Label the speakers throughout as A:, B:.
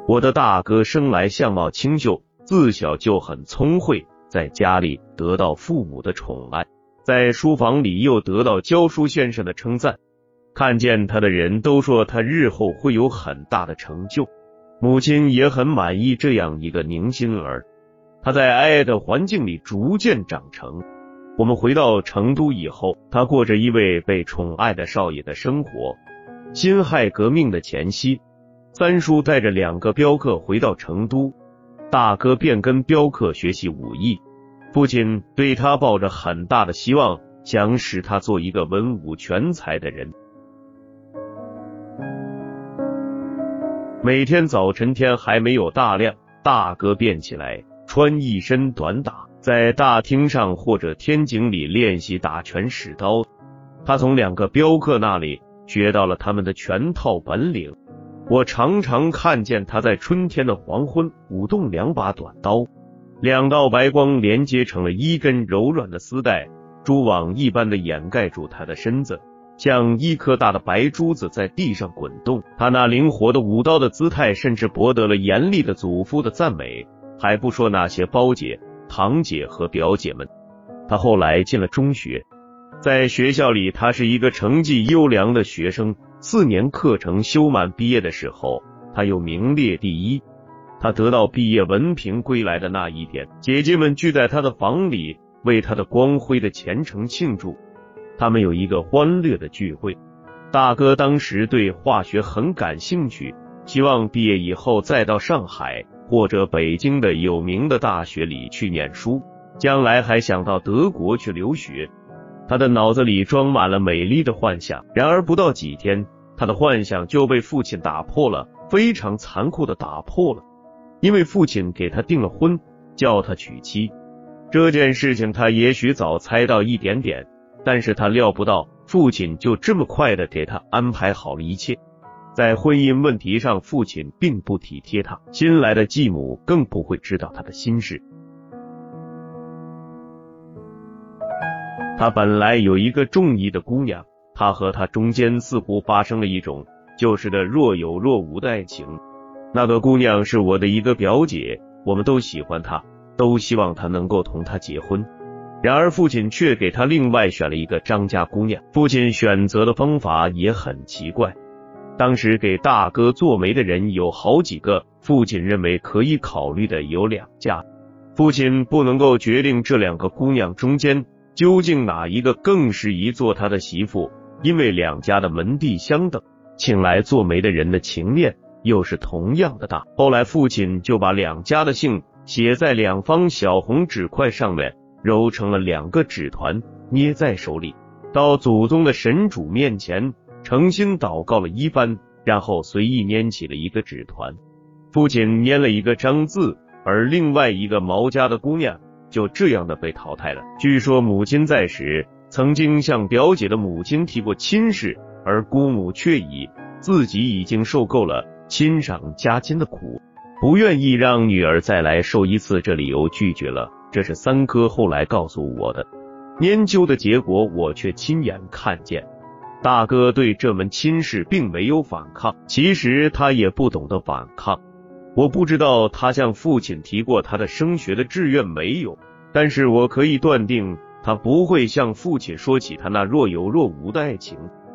A: 我的大哥生来相貌清秀，自小就很聪慧，在家里得到父母的宠爱，在书房里又得到教书先生的称赞。看见他的人都说他日后会有很大的成就，母亲也很满意这样一个宁心儿。他在爱的环境里逐渐长成。我们回到成都以后，他过着一位被宠爱的少爷的生活。辛亥革命的前夕，三叔带着2个镖客回到成都，大哥便跟镖客学习武艺。父亲对他抱着很大的希望，想使他做一个文武全才的人。每天早晨天还没有大亮，大哥便起来，穿一身短打，在大厅上或者天井里练习打拳使刀。他从2个镖客那里学到了他们的全套本领。我常常看见他在春天的黄昏舞动2把短刀，2道白光连接成了一根柔软的丝带，蛛网一般的掩盖住他的身子，像一颗大的白珠子在地上滚动。他那灵活的舞刀的姿态甚至博得了严厉的祖父的赞美，还不说那些胞姐、堂姐和表姐们。他后来进了中学，在学校里他是一个成绩优良的学生，4年课程修满毕业的时候，他又名列第1。他得到毕业文凭归来的那一天，姐姐们聚在他的房里，为他的光辉的前程庆祝。他们有一个欢乐的聚会。大哥当时对化学很感兴趣，希望毕业以后再到上海或者北京的有名的大学里去念书，将来还想到德国去留学。他的脑子里装满了美丽的幻想，然而不到几天，他的幻想就被父亲打破了，非常残酷的打破了。因为父亲给他订了婚，叫他娶妻。这件事情他也许早猜到一点点，但是他料不到父亲就这么快的给他安排好了一切。在婚姻问题上，父亲并不体贴他，新来的继母更不会知道他的心事。他本来有一个中意的姑娘，他和她中间似乎发生了一种就是的若有若无的爱情。那个姑娘是我的一个表姐，我们都喜欢她，都希望她能够同她结婚。然而父亲却给她另外选了一个张家姑娘。父亲选择的方法也很奇怪。当时给大哥做媒的人有好几个，父亲认为可以考虑的有2家。父亲不能够决定这2个姑娘中间究竟哪一个更适宜做他的媳妇，因为2家的门第相等，请来做媒的人的情面又是同样的大。后来父亲就把2家的姓写在2方小红纸块上面，揉成了2个纸团，捏在手里，到祖宗的神主面前诚心祷告了一番，然后随意拈起了一个纸团。父亲拈了一个张字，而另外一个毛家的姑娘就这样的被淘汰了。据说母亲在时曾经向表姐的母亲提过亲事，而姑母却以自己已经受够了亲上加亲的苦，不愿意让女儿再来受一次这理由拒绝了。这是三哥后来告诉我的。研究的结果我却亲眼看见。大哥对这门亲事并没有反抗，其实他也不懂得反抗。我不知道他向父亲提过他的升学的志愿没有，但是我可以断定他不会向父亲说起他那若有若无的爱情。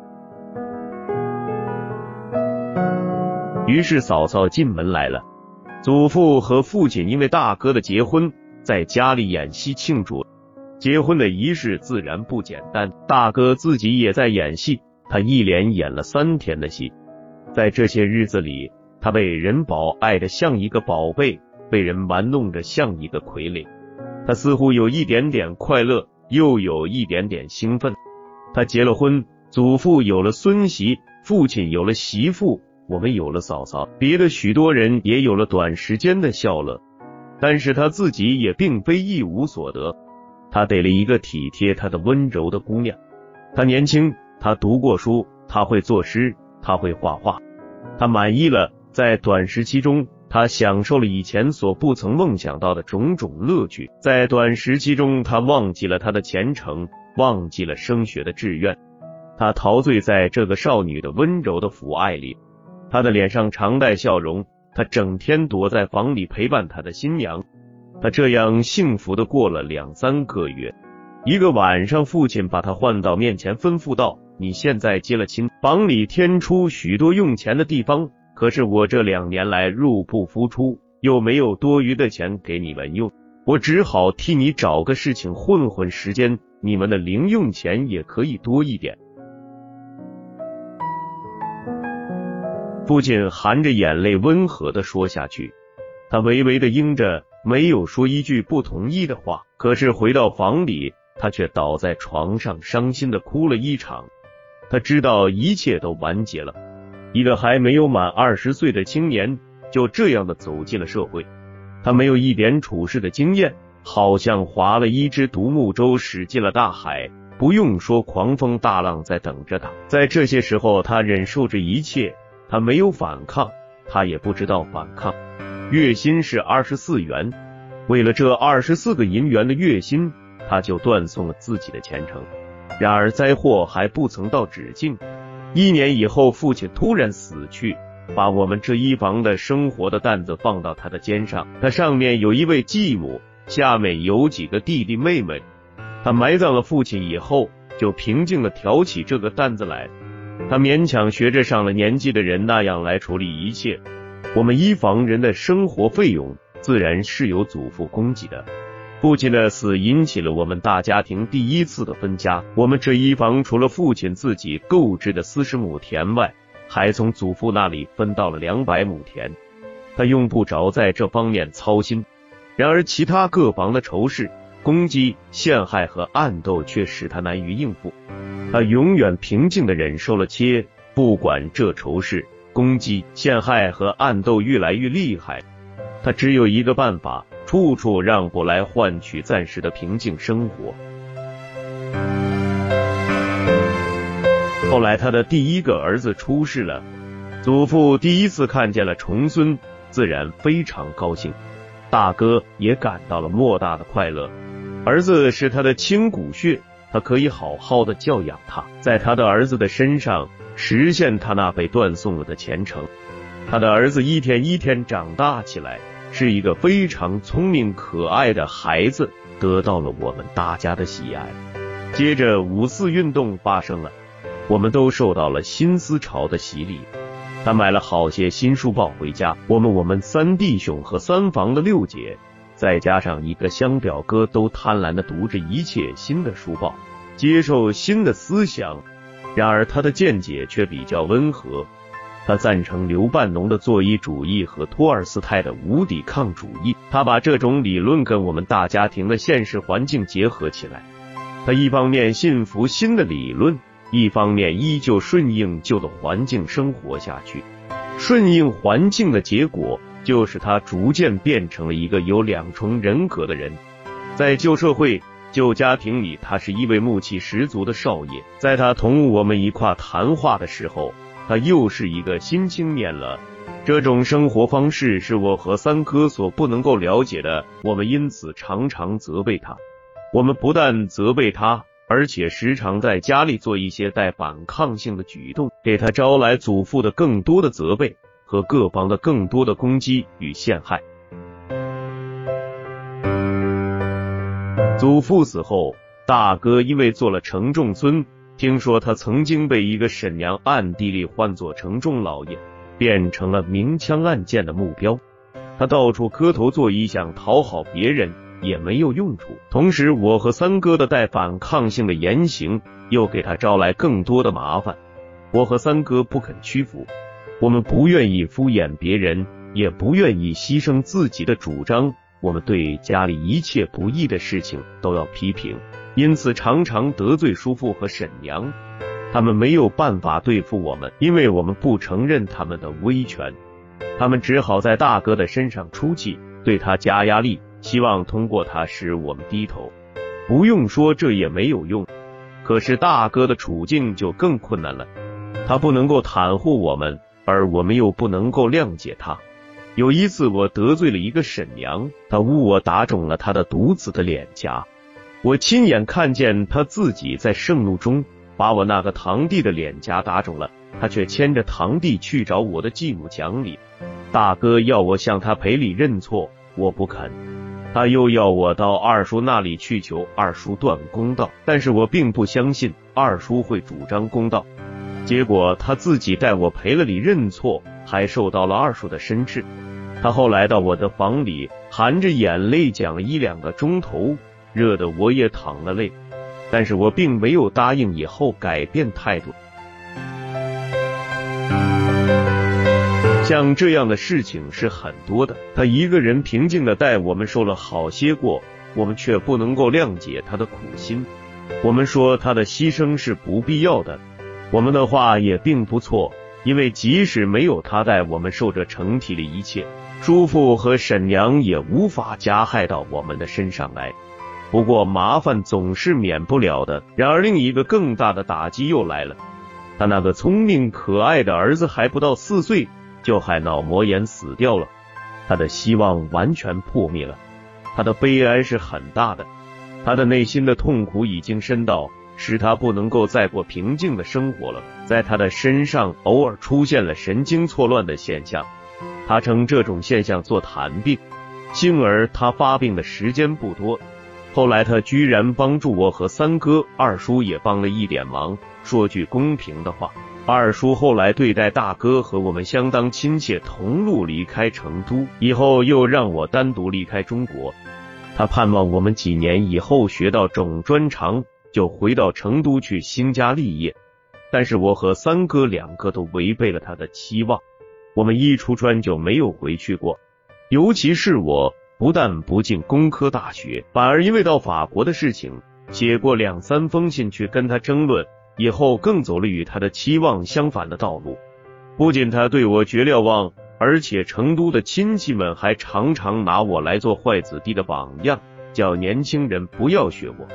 A: 于是嫂嫂进门来了，祖父和父亲因为大哥的结婚在家里演戏庆祝。结婚的仪式自然不简单，大哥自己也在演戏，他一连演了3天的戏。在这些日子里，他被人保爱得像一个宝贝，被人玩弄着像一个傀儡。他似乎有一点点快乐，又有一点点兴奋。他结了婚，祖父有了孙媳，父亲有了媳妇，我们有了嫂嫂，别的许多人也有了短时间的笑乐。但是他自己也并非一无所得，他得了一个体贴他的温柔的姑娘。他年轻，他读过书，他会作诗，他会画画，他满意了。在短时期中，他享受了以前所不曾梦想到的种种乐趣。在短时期中，他忘记了他的前程，忘记了升学的志愿，他陶醉在这个少女的温柔的抚爱里。他的脸上常带笑容， 他整天躲在房里陪伴他的新娘。他这样幸福的过了2-3个月。一个晚上，父亲把他唤到面前，吩咐道：你现在结了亲，房里添出许多用钱的地方，可是我这2年来入不敷出，又没有多余的钱给你们用，我只好替你找个事情混混时间，你们的零用钱也可以多一点。父亲含着眼泪温和地说下去，他微微地应着，没有说一句不同意的话。可是回到房里，他却倒在床上伤心地哭了一场。他知道一切都完结了，一个还没有满20岁的青年就这样的走进了社会。他没有一点处事的经验，好像划了一只独木舟驶进了大海，不用说狂风大浪在等着他。在这些时候，他忍受着一切，他没有反抗，他也不知道反抗。月薪是24元，为了这24个银元的月薪，他就断送了自己的前程。然而灾祸还不曾到止境，1年以后，父亲突然死去，把我们这一房的生活的担子放到他的肩上。他上面有一位继母，下面有几个弟弟妹妹。他埋葬了父亲以后，就平静地挑起这个担子来。他勉强学着上了年纪的人那样来处理一切。我们一房人的生活费用自然是由祖父供给的。父亲的死引起了我们大家庭第一次的分家。我们这一房除了父亲自己购置的40亩田外，还从祖父那里分到了200亩田。他用不着在这方面操心。然而其他各房的仇视、攻击、陷害和暗斗却使他难于应付。他永远平静地忍受了不管这仇视、攻击、陷害和暗斗越来越厉害。他只有一个办法，处处让步来换取暂时的平静生活。后来他的第一个儿子出世了，祖父第一次看见了重孙，自然非常高兴。大哥也感到了莫大的快乐。儿子是他的亲骨血，他可以好好的教养他，在他的儿子的身上实现他那被断送了的前程。他的儿子一天一天长大起来，是一个非常聪明可爱的孩子，得到了我们大家的喜爱。接着5四运动发生了，我们都受到了新思潮的洗礼。他买了好些新书报回家，我们3弟兄和3房的6姐，再加上一个乡表哥，都贪婪地读着一切新的书报，接受新的思想。然而他的见解却比较温和，他赞成刘半农的作揖主义和托尔斯泰的无抵抗主义。他把这种理论跟我们大家庭的现实环境结合起来。他一方面信服新的理论，一方面依旧顺应旧的环境生活下去。顺应环境的结果，就是他逐渐变成了一个有2重人格的人。在旧社会、旧家庭里，他是一位怒气十足的少爷。在他同我们一块谈话的时候，他又是一个新青年了。这种生活方式是我和3哥所不能够了解的，我们因此常常责备他。我们不但责备他，而且时常在家里做一些带反抗性的举动，给他招来祖父的更多的责备和各方的更多的攻击与陷害。祖父死后，大哥因为做了承重孙，听说他曾经被一个婶娘暗地里唤作承重老爷，变成了明枪暗箭的目标。他到处磕头作揖，想讨好别人，也没有用处。同时我和3哥的带反抗性的言行又给他招来更多的麻烦。我和3哥不肯屈服，我们不愿意敷衍别人，也不愿意牺牲自己的主张。我们对家里一切不义的事情都要批评，因此常常得罪叔父和婶娘。他们没有办法对付我们，因为我们不承认他们的威权。他们只好在大哥的身上出气，对他加压力，希望通过他使我们低头。不用说，这也没有用。可是大哥的处境就更困难了，他不能够袒护我们，而我们又不能够谅解他。有一次我得罪了一个婶娘，她诬我打肿了她的独子的脸颊。我亲眼看见她自己在盛怒中把我那个堂弟的脸颊打肿了，她却牵着堂弟去找我的继母讲理。 大哥要我向他赔礼认错，我不肯。他又要我到二叔那里去求二叔断公道，但是我并不相信二叔会主张公道。结果他自己带我赔了礼认错，还受到了二叔的申斥。他后来到我的房里，含着眼泪讲了1-2个钟头，热得我也淌了泪。但是我并没有答应以后改变态度。像这样的事情是很多的，他一个人平静地待我们受了好些过，我们却不能够谅解他的苦心。我们说他的牺牲是不必要的，我们的话也并不错，因为即使没有他带我们受着成体的一切，叔父和婶娘也无法加害到我们的身上来。不过麻烦总是免不了的。然而另一个更大的打击又来了，他那个聪明可爱的儿子还不到4岁就害脑膜炎死掉了，他的希望完全破灭了。他的悲哀是很大的，他的内心的痛苦已经深到使他不能够再过平静的生活了。在他的身上偶尔出现了神经错乱的现象，他称这种现象做痰病，幸而他发病的时间不多。后来他居然帮助我和三哥，二叔也帮了一点忙。说句公平的话，二叔后来对待大哥和我们相当亲切，同路离开成都，以后又让我单独离开中国。他盼望我们几年以后学到种专长，就回到成都去兴家立业。但是我和三哥2个都违背了他的期望，我们一出川就没有回去过。尤其是我，不但不进工科大学，反而因为到法国的事情写过2-3封信去跟他争论，以后更走了与他的期望相反的道路。不仅他对我绝了望，而且成都的亲戚们还常常拿我来做坏子弟的榜样，叫年轻人不要学我。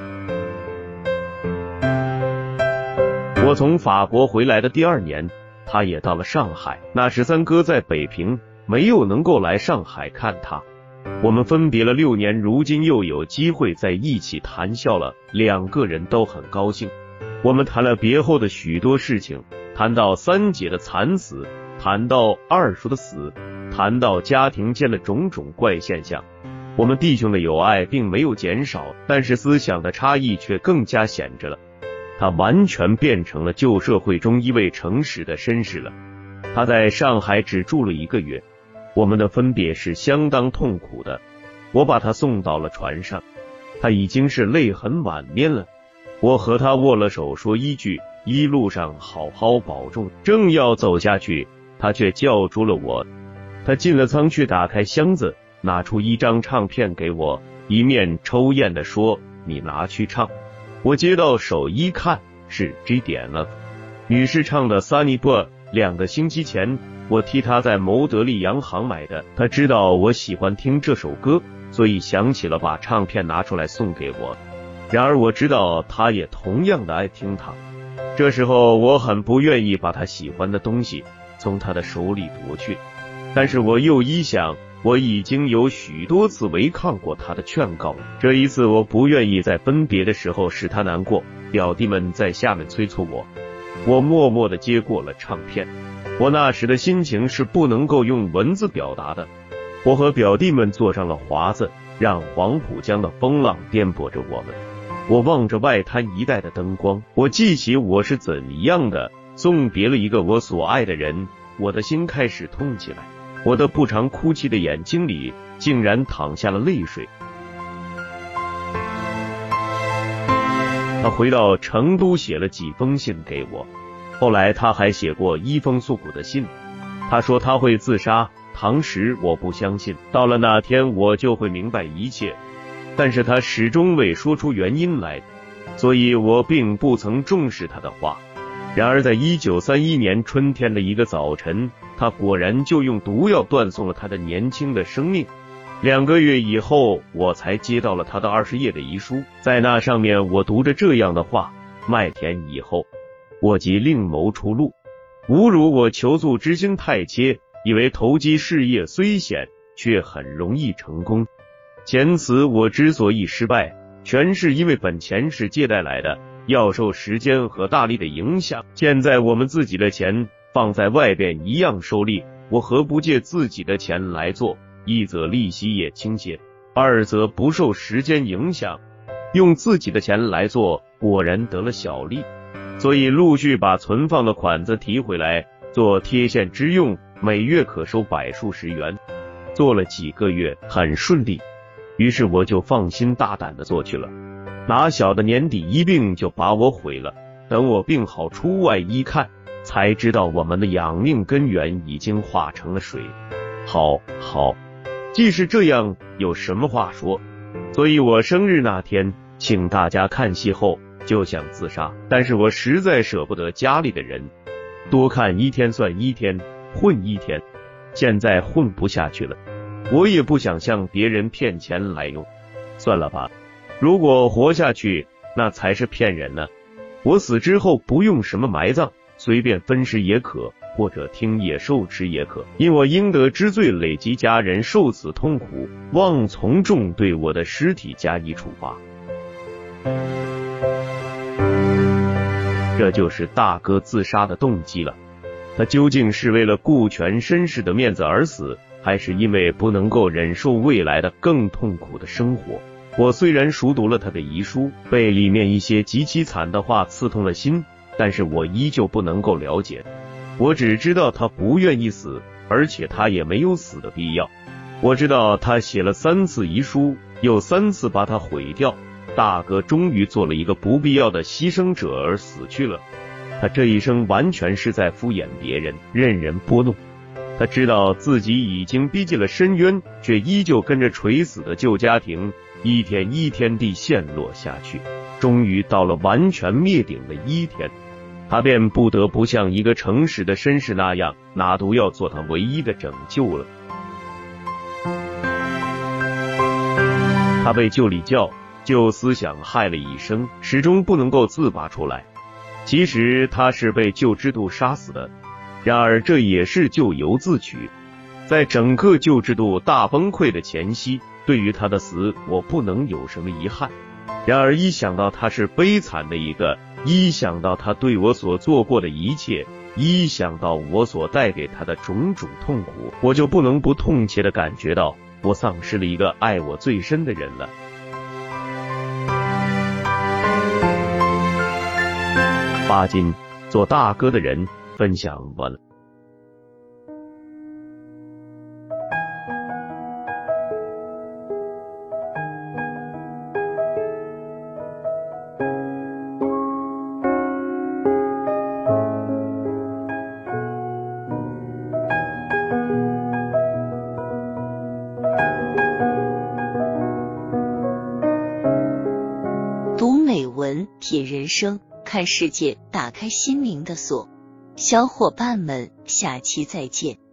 A: 我从法国回来的第2年，他也到了上海，那时三哥在北平，没有能够来上海看他。我们分别了6年，如今又有机会在一起谈笑了，2个人都很高兴。我们谈了别后的许多事情，谈到三姐的惨死，谈到二叔的死，谈到家庭间的种种怪现象。我们弟兄的友爱并没有减少，但是思想的差异却更加显着了。他完全变成了旧社会中一位诚实的绅士了。他在上海只住了1个月，我们的分别是相当痛苦的。我把他送到了船上，他已经是泪痕满面了。我和他握了手，说一句一路上好好保重。正要走下去，他却叫住了我。他进了舱去打开箱子，拿出1张唱片给我，一面抽烟的说：“你拿去唱。”我接到手一看，是 G 点了。女士唱的 Sunny Boy。2个星期前，我替她在牟德利洋行买的。她知道我喜欢听这首歌，所以想起了把唱片拿出来送给我。然而我知道她也同样的爱听它。这时候我很不愿意把她喜欢的东西从她的手里夺去，但是我又一想，我已经有许多次违抗过她的劝告了。这一次我不愿意在分别的时候使她难过。表弟们在下面催促我，我默默地接过了唱片。我那时的心情是不能够用文字表达的。我和表弟们坐上了华子，让黄浦江的风浪颠簸着我们。我望着外滩一带的灯光，我记起我是怎样的送别了一个我所爱的人，我的心开始痛起来。我的不常哭泣的眼睛里竟然淌下了泪水。他回到成都写了几封信给我，后来他还写过1封诉苦的信。他说他会自杀，当时我不相信，到了那天我就会明白一切，但是他始终未说出原因来，所以我并不曾重视他的话。然而在1931年春天的一个早晨，他果然就用毒药断送了他的年轻的生命。2个月以后，我才接到了他的20页的遗书，在那上面我读着这样的话：麦田以后，我即另谋出路。侮辱我求助之心太切，以为投机事业虽险，却很容易成功。前此我之所以失败，全是因为本钱是借贷来的，要受时间和大力的影响。现在我们自己的钱放在外边一样收利， 我何不借自己的钱来做？一则利息也倾些，二则不受时间影响。用自己的钱来做，果然得了小利，所以陆续把存放的款子提回来做贴现之用，每月可收百数十元。做了几个月很顺利，于是我就放心大胆的做去了。哪晓得年底一病就把我毁了，等我病好出外一看，才知道我们的养命根源已经化成了水。好，既是这样，有什么话说？所以我生日那天请大家看戏后就想自杀，但是我实在舍不得家里的人，多看一天算一天，混一天。现在混不下去了，我也不想向别人骗钱来用，算了吧。如果活下去，那才是骗人呢。我死之后不用什么埋葬，随便分尸也可，或者听野兽吃也可，因我应得之罪累及家人受此痛苦，望从重对我的尸体加以处罚。这就是大哥自杀的动机了。他究竟是为了顾全身世的面子而死，还是因为不能够忍受未来的更痛苦的生活？我虽然熟读了他的遗书，被里面一些极其惨的话刺痛了心，但是我依旧不能够了解。我只知道他不愿意死，而且他也没有死的必要。我知道他写了3次遗书，又3次把它毁掉。大哥终于做了一个不必要的牺牲者而死去了。他这一生完全是在敷衍别人，任人拨弄。他知道自己已经逼近了深渊，却依旧跟着垂死的旧家庭一天一天地陷落下去。终于到了完全灭顶的一天，他便不得不像一个诚实的绅士那样，拿毒药做他唯一的拯救了。他被旧礼教、旧思想害了一生，始终不能够自拔出来。其实他是被旧制度杀死的，然而这也是咎由自取。在整个旧制度大崩溃的前夕，对于他的死我不能有什么遗憾。然而一想到他是悲惨的一个，一想到他对我所做过的一切，一想到我所带给他的种种痛苦，我就不能不痛切地感觉到我丧失了一个爱我最深的人了。巴金，做大哥的人，分享完了。
B: 读美文，品人生，看世界，打开心灵的锁。小伙伴们，下期再见。